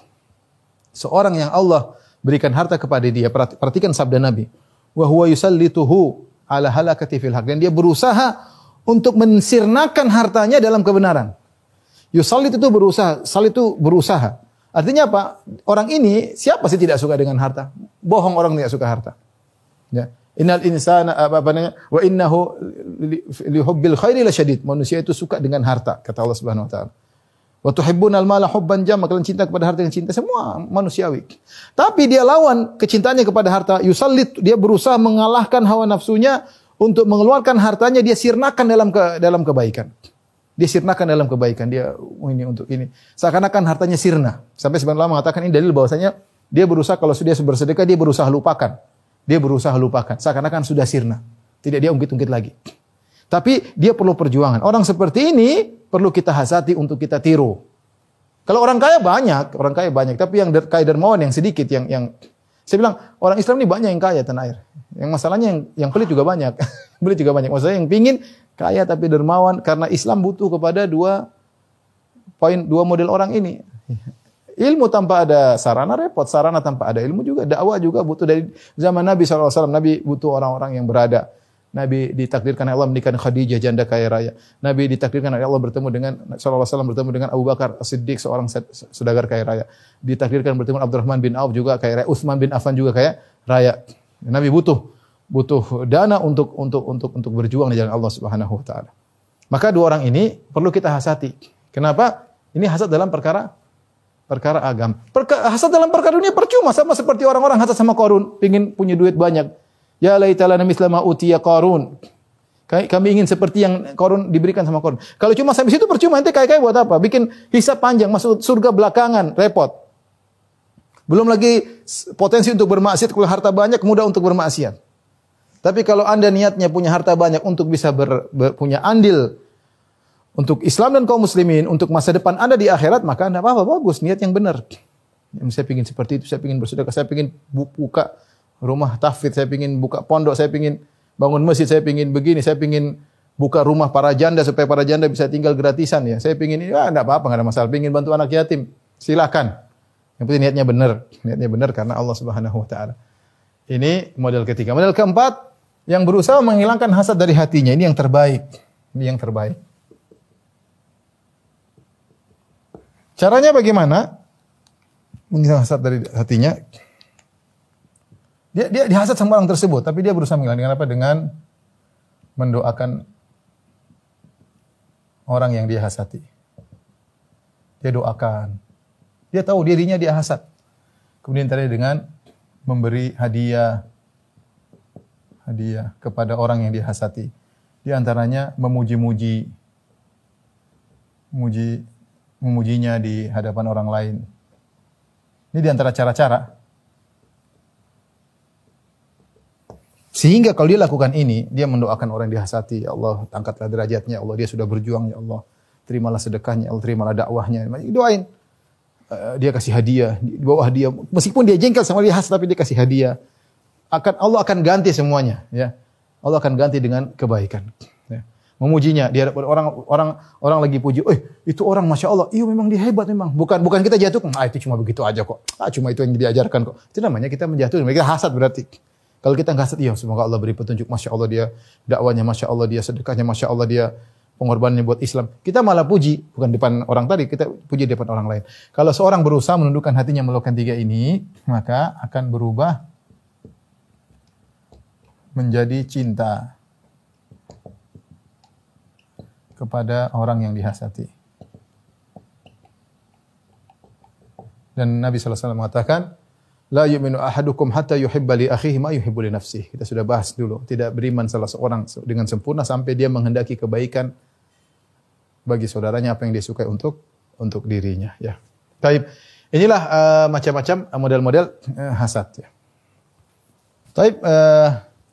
Seorang yang Allah berikan harta kepada dia. Perhatikan sabda Nabi. Wa huwa yusallituhu ala halakati fil haq. Dan dia berusaha untuk mensirnakan hartanya dalam kebenaran. Yusallit itu berusaha, salit itu berusaha. Artinya apa? Orang ini siapa sih tidak suka dengan harta? Bohong orang tidak suka harta. Ya. Innal insana apa namanya? Wa innahu li hubbil khairi lasyadid. Manusia itu suka dengan harta, kata Allah Subhanahu wa taala. Wa tuhibbunal mala hubban jamma. Kalian cinta kepada harta yang cinta semua manusiawi. Tapi dia lawan kecintaannya kepada harta. Yusallit, dia berusaha mengalahkan hawa nafsunya untuk mengeluarkan hartanya, dia sirnakan dalam ke, dalam kebaikan. Dia sirnakan dalam kebaikan. Dia oh ini untuk ini. Seakan-akan hartanya sirna. Sampai sebagian ulama mengatakan ini dalil bahwasanya dia berusaha kalau sudah bersedekah dia berusaha lupakan. Dia berusaha lupakan. Seakan-akan sudah sirna. Tidak dia ungkit-ungkit lagi. Tapi dia perlu perjuangan. Orang seperti ini perlu kita hasati untuk kita tiru. Kalau orang kaya banyak, orang kaya banyak. Tapi yang kaya dermawan yang sedikit. Yang yang saya bilang orang Islam ini banyak yang kaya tanah air. Yang masalahnya yang yang pelit juga banyak. Pelit juga banyak. Maksudnya yang pingin kaya tapi dermawan, karena Islam butuh kepada dua poin, dua model orang ini. Ilmu tanpa ada sarana repot, sarana tanpa ada ilmu juga. Dakwah juga butuh. Dari zaman Nabi shallallahu alaihi wasallam, Nabi butuh orang-orang yang berada. Nabi ditakdirkan oleh Allah menikah Khadijah, janda kaya raya. Nabi ditakdirkan oleh Allah bertemu dengan shallallahu alaihi wasallam bertemu dengan Abu Bakar As-Siddiq, seorang saudagar kaya raya. Ditakdirkan bertemu Abdurrahman bin Auf juga kaya raya, Utsman bin Affan juga kaya raya. Nabi butuh butuh dana untuk untuk untuk untuk berjuang di jalan Allah Subhanahu wa taala. Maka dua orang ini perlu kita hasati. Kenapa? Ini hasad dalam perkara perkara agama. Perka, hasad dalam perkara dunia percuma, sama seperti orang-orang hasad sama Qarun, pengin punya duit banyak. Ya laitana misla ma utiya Qarun. Kami ingin seperti yang Korun diberikan sama Korun. Kalau cuma sampai situ percuma, ente kaya-kaya buat apa? Bikin hisab panjang, masuk surga belakangan, repot. Belum lagi potensi untuk bermaksiat, kalau harta banyak mudah untuk bermaksiat. Tapi kalau Anda niatnya punya harta banyak untuk bisa ber, ber, punya andil untuk Islam dan kaum muslimin, untuk masa depan Anda di akhirat, maka Anda apa-apa, bagus, niat yang benar. Saya ingin seperti itu, saya ingin bersedekah, saya ingin buka rumah tahfidz, saya ingin buka pondok, saya ingin bangun masjid, saya ingin begini, saya ingin buka rumah para janda supaya para janda bisa tinggal gratisan ya. Saya ingin ini, ah enggak apa-apa, enggak ada masalah. Ingin bantu anak yatim, silakan. Yang penting niatnya benar. Niatnya benar karena Allah Subhanahu wa taala. Ini model ketiga. Model keempat, yang berusaha menghilangkan hasad dari hatinya. Ini yang terbaik. Ini yang terbaik. Caranya bagaimana? Menghilangkan hasad dari hatinya. Dia dia dihasad sama orang tersebut, tapi dia berusaha menghilangkan dengan apa? Dengan mendoakan orang yang dia hasati. Dia doakan. Dia tahu dirinya dia hasad. Kemudian tadi dengan memberi hadiah hadiah kepada orang yang dia hasati. Di antaranya memuji-muji memuji memujinya di hadapan orang lain. Ini di antara cara-cara. Sehingga kalau dia lakukan ini, dia mendoakan orang yang dihasati, ya Allah, angkatlah derajatnya, ya Allah, dia sudah berjuang, ya Allah, terimalah sedekahnya, ya Allah, terimalah dakwahnya. Doain. Uh, dia kasih hadiah, di bawah hadiah. Meskipun dia jengkel sama dia hasad, tapi dia kasih hadiah. Akan Allah akan ganti semuanya, ya. Allah akan ganti dengan kebaikan. Ya. Memujinya, dia orang orang orang lagi puji, eh itu orang masya Allah, iya memang dia hebat memang. Bukan bukan kita jatuhkan, ah itu cuma begitu aja kok, ah cuma itu yang diajarkan kok. Itu namanya kita menjatuhkan, mereka hasad berarti. Kalau kita nggak hasad, iya semoga Allah beri petunjuk, masya Allah dia dakwanya, masya Allah dia sedekahnya, masya Allah dia pengorbanannya buat Islam. Kita malah puji, bukan depan orang tadi, kita puji depan orang lain. Kalau seorang berusaha menundukkan hatinya melakukan tiga ini, maka akan berubah menjadi cinta kepada orang yang dihasati. Dan Nabi sallallahu alaihi wasallam mengatakan, la yu'minu ahadukum hatta yuhibba li akhihi ma yuhibbu li nafsihi. Kita sudah bahas dulu, tidak beriman salah seorang dengan sempurna sampai dia menghendaki kebaikan bagi saudaranya apa yang dia sukai untuk untuk dirinya, ya. Baik. Inilah uh, macam-macam model-model uh, hasad, ya. Baik, uh,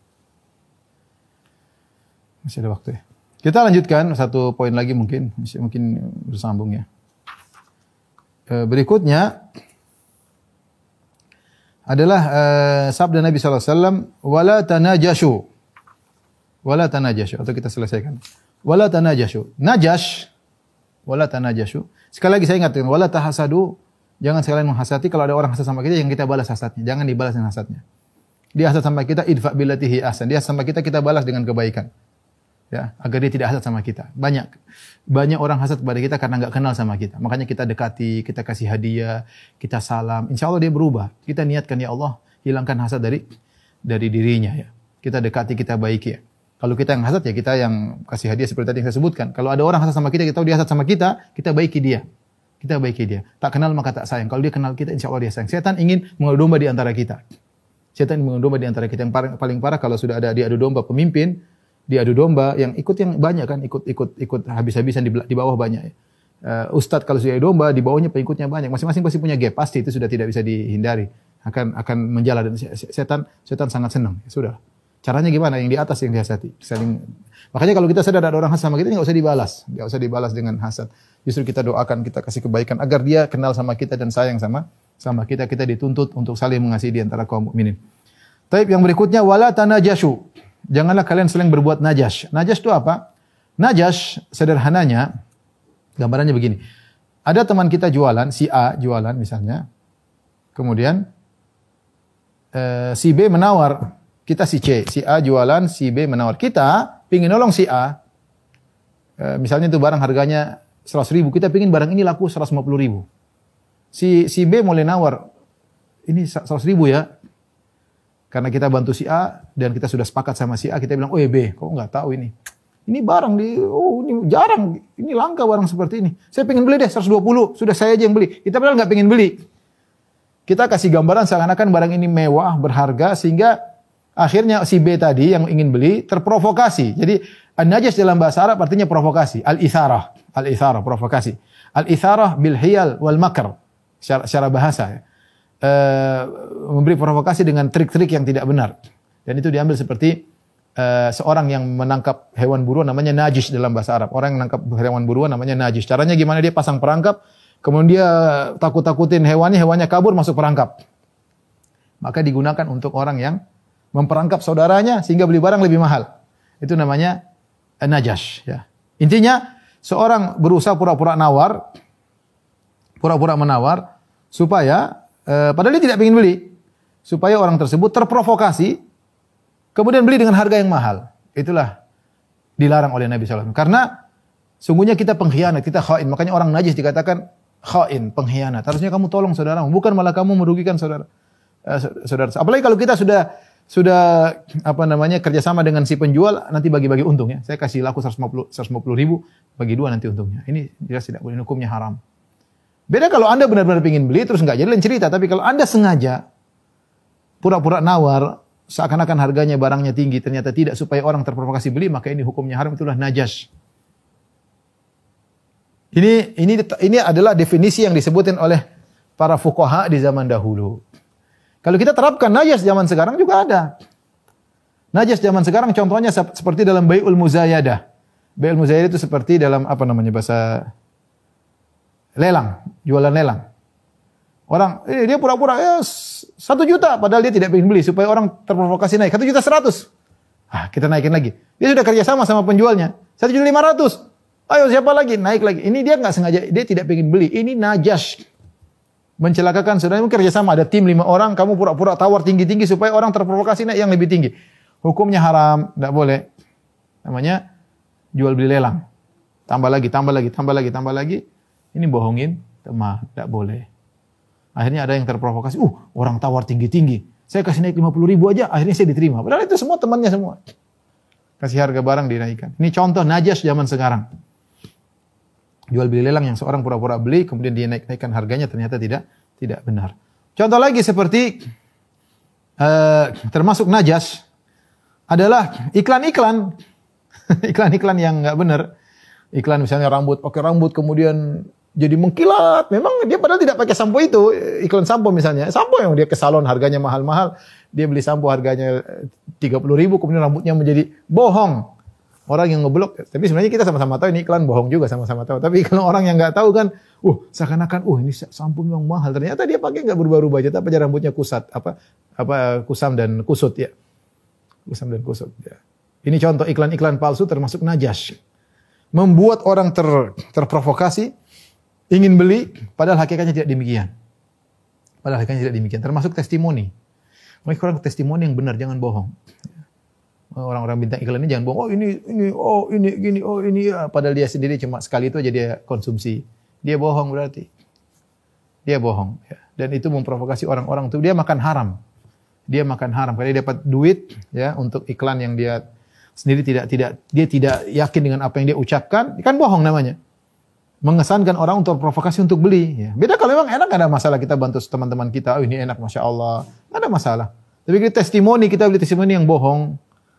masih ada waktu ya. Kita lanjutkan satu poin lagi mungkin, mungkin bersambung ya. Uh, berikutnya adalah uh, sabda Nabi sallallahu alaihi wasallam, wala tanajashu. Wala tanajashu, atau kita selesaikan. Wala tanajashu. Najash, wala tanajashu. Sekali lagi saya ingatkan, wala tahasadu. Jangan sekalian menghasati. Kalau ada orang hasad sama kita, yang kita balas hasadnya. Jangan dibalas dengan hasadnya. Dia hasad sama kita, idfa billatihi ahsan. Dia hasad sama kita, kita balas dengan kebaikan. Ya, agar dia tidak hasad sama kita. Banyak banyak orang hasad kepada kita karena enggak kenal sama kita. Makanya kita dekati, kita kasih hadiah, kita salam. Insya Allah dia berubah. Kita niatkan, ya Allah, hilangkan hasad dari dari dirinya, ya. Kita dekati, kita baiki, ya. Kalau kita yang hasad, ya kita yang kasih hadiah seperti tadi yang saya sebutkan. Kalau ada orang hasad sama kita, kita tahu dia hasad sama kita, kita baiki dia. Kita baiki dia. Tak kenal maka tak sayang. Kalau dia kenal kita, insya Allah dia sayang. Setan ingin mengadu domba di antara kita. Setan ingin mengadu domba di antara kita. Yang paling, paling parah kalau sudah ada diadu domba pemimpin, diadu domba yang ikut yang banyak kan, ikut ikut ikut habis-habisan di, di bawah banyak. Uh, Ustadz kalau sudah diadu domba, di bawahnya pengikutnya banyak. Masing-masing pasti punya gap, pasti itu sudah tidak bisa dihindari. Akan akan menjalar, dan setan setan sangat senang. Ya, sudah. Caranya gimana? Yang di atas yang dihasati. Saling. Makanya kalau kita sadar ada orang hasad sama kita, nggak usah dibalas, nggak usah dibalas dengan hasad. Justru kita doakan, kita kasih kebaikan agar dia kenal sama kita dan sayang sama sama kita. Kita dituntut untuk saling mengasihi di antara kaum mukminin. Taib yang berikutnya, wala tanajashu. Janganlah kalian saling berbuat najas. Najas itu apa? Najas sederhananya, gambarannya begini. Ada teman kita jualan, si A jualan misalnya. Kemudian eh, si B menawar, kita si C. Si A jualan, si B menawar. Kita pingin nolong si A. Eh, misalnya itu barang harganya seratus ribu. Kita pingin barang ini laku seratus lima puluh ribu. Si, si B mulai nawar, ini seratus ribu ya. Karena kita bantu si A dan kita sudah sepakat sama si A, kita bilang, oh ya B, kok nggak tahu ini? Ini barang di, oh ini jarang, ini langka barang seperti ini. Saya pengen beli deh seratus dua puluh, sudah saya aja yang beli. Kita padahal nggak pengen beli. Kita kasih gambaran seakan-akan barang ini mewah, berharga, sehingga Akhirnya si B tadi yang ingin beli terprovokasi. Jadi an-najas dalam bahasa Arab artinya provokasi. Al-itharah. Al-itharah, provokasi. Al-itharah bil hiyal wal makr. Secara, secara bahasa. Ya. E, memberi provokasi dengan trik-trik yang tidak benar. Dan itu diambil seperti e, seorang yang menangkap hewan buruan namanya najis dalam bahasa Arab. Orang yang menangkap hewan buruan namanya najis. Caranya gimana? Dia pasang perangkap, kemudian dia takut-takutin hewannya, hewannya kabur masuk perangkap. Maka digunakan untuk orang yang memperangkap saudaranya sehingga beli barang lebih mahal. Itu namanya najash. Ya. Intinya seorang berusaha pura-pura nawar, pura-pura menawar supaya, eh, padahal dia tidak ingin beli, supaya orang tersebut terprovokasi, kemudian beli dengan harga yang mahal. Itulah dilarang oleh Nabi shallallahu alaihi wasallam. Karena sungguhnya kita pengkhianat, kita khain. Makanya orang najis dikatakan khain, pengkhianat. Harusnya kamu tolong saudaramu, bukan malah kamu merugikan saudara. Eh, saudara. Apalagi kalau kita sudah sudah apa namanya kerjasama dengan si penjual, nanti bagi-bagi untung ya. Saya kasih laku seratus lima puluh ribu, bagi dua nanti untungnya. Ini jelas tidak boleh, hukumnya haram. Beda kalau Anda benar-benar ingin beli terus enggak, jadi lain cerita. Tapi kalau Anda sengaja pura-pura nawar, seakan-akan harganya barangnya tinggi, ternyata tidak, supaya orang terprovokasi beli, maka ini hukumnya haram, itulah najas. Ini ini ini adalah definisi yang disebutin oleh para fuqaha di zaman dahulu. Kalau kita terapkan najas zaman sekarang juga ada. Najas zaman sekarang contohnya seperti dalam bai'ul muzayadah. Bai'ul muzayadah itu seperti dalam apa namanya bahasa lelang, jualan lelang. Orang eh, dia pura-pura ya satu juta padahal dia tidak ingin beli supaya orang terprovokasi naik. Satu juta seratus. Ah, kita naikin lagi. Dia sudah kerja sama sama penjualnya. Satu juta lima ratus. Ayo siapa lagi? Naik lagi. Ini dia nggak sengaja, dia tidak ingin beli. Ini najas. Mencelakakan saudara, mungkin kerja sama, ada tim lima orang, kamu pura-pura tawar tinggi-tinggi supaya orang terprovokasi naik yang lebih tinggi. Hukumnya haram, tidak boleh. Namanya jual beli lelang. Tambah lagi, tambah lagi, tambah lagi, tambah lagi. Ini bohongin teman, tidak boleh. Akhirnya ada yang terprovokasi, uh orang tawar tinggi-tinggi. Saya kasih naik lima puluh ribu aja, akhirnya saya diterima. Padahal itu semua temannya semua. Kasih harga barang dinaikkan. Ini contoh najas zaman sekarang. Jual beli lelang yang seorang pura-pura beli, kemudian dia naik-naikkan harganya, ternyata tidak tidak benar. Contoh lagi seperti uh, termasuk najas adalah iklan-iklan, iklan-iklan yang nggak benar. Iklan misalnya rambut, pakai rambut kemudian jadi mengkilat. Memang dia padahal tidak pakai sampo itu. Iklan sampo misalnya, sampo yang dia ke salon harganya mahal-mahal, dia beli sampo harganya tiga puluh ribu, kemudian rambutnya menjadi bohong. Orang yang ngeblok, tapi sebenarnya kita sama-sama tahu ini iklan bohong juga, sama-sama tahu. Tapi kalau orang yang nggak tahu kan, uh seakan-akan, uh ini sampo memang mahal. Ternyata dia pakai nggak berubah-ubah aja, tapi rambutnya kusat, apa apa kusam dan kusut ya, kusam dan kusut. Ya. Ini contoh iklan-iklan palsu termasuk najas, membuat orang ter, terprovokasi, ingin beli, padahal hakikatnya tidak demikian. Padahal hakikatnya tidak demikian. Termasuk testimoni. Mereka orang testimoni yang benar, jangan bohong. Orang-orang bintang iklan ini jangan bohong. Oh ini, ini, oh ini, gini, oh ini. Ya. Padahal dia sendiri cuma sekali itu aja dia konsumsi. Dia bohong berarti. Dia bohong. Ya. Dan itu memprovokasi orang-orang itu. Dia makan haram. Dia makan haram. Karena dia dapat duit ya untuk iklan yang dia sendiri tidak tidak dia tidak yakin dengan apa yang dia ucapkan. Kan bohong namanya. Mengesankan orang untuk provokasi untuk beli. Ya. Beda kalau memang enak, gak ada masalah kita bantu teman-teman kita. Oh ini enak, Masya Allah. Gak ada masalah. Tapi kita testimoni, kita beli testimoni yang bohong.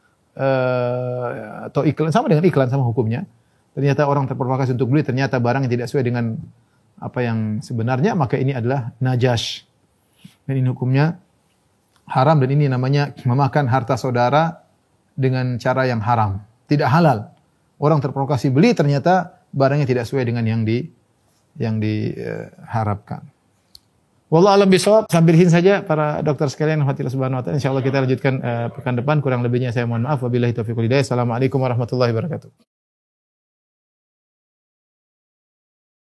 Uh, atau iklan, sama dengan iklan, sama hukumnya. Ternyata orang terprovokasi untuk beli, ternyata barang yang tidak sesuai dengan apa yang sebenarnya, maka ini adalah najas. Dan ini hukumnya haram, dan ini namanya memakan harta saudara dengan cara yang haram. Tidak halal. Orang terprovokasi beli, ternyata barangnya tidak sesuai dengan yang di yang diharapkan. Wallahu a'lam bishawab. Sambilhin saja para dokter sekalian, hadirin subhanahu wa ta'ala. Insyaallah kita lanjutkan uh, pekan depan. Kurang lebihnya saya mohon maaf. Wabillahi taufiq wal hidayah. Assalamualaikum warahmatullahi wabarakatuh.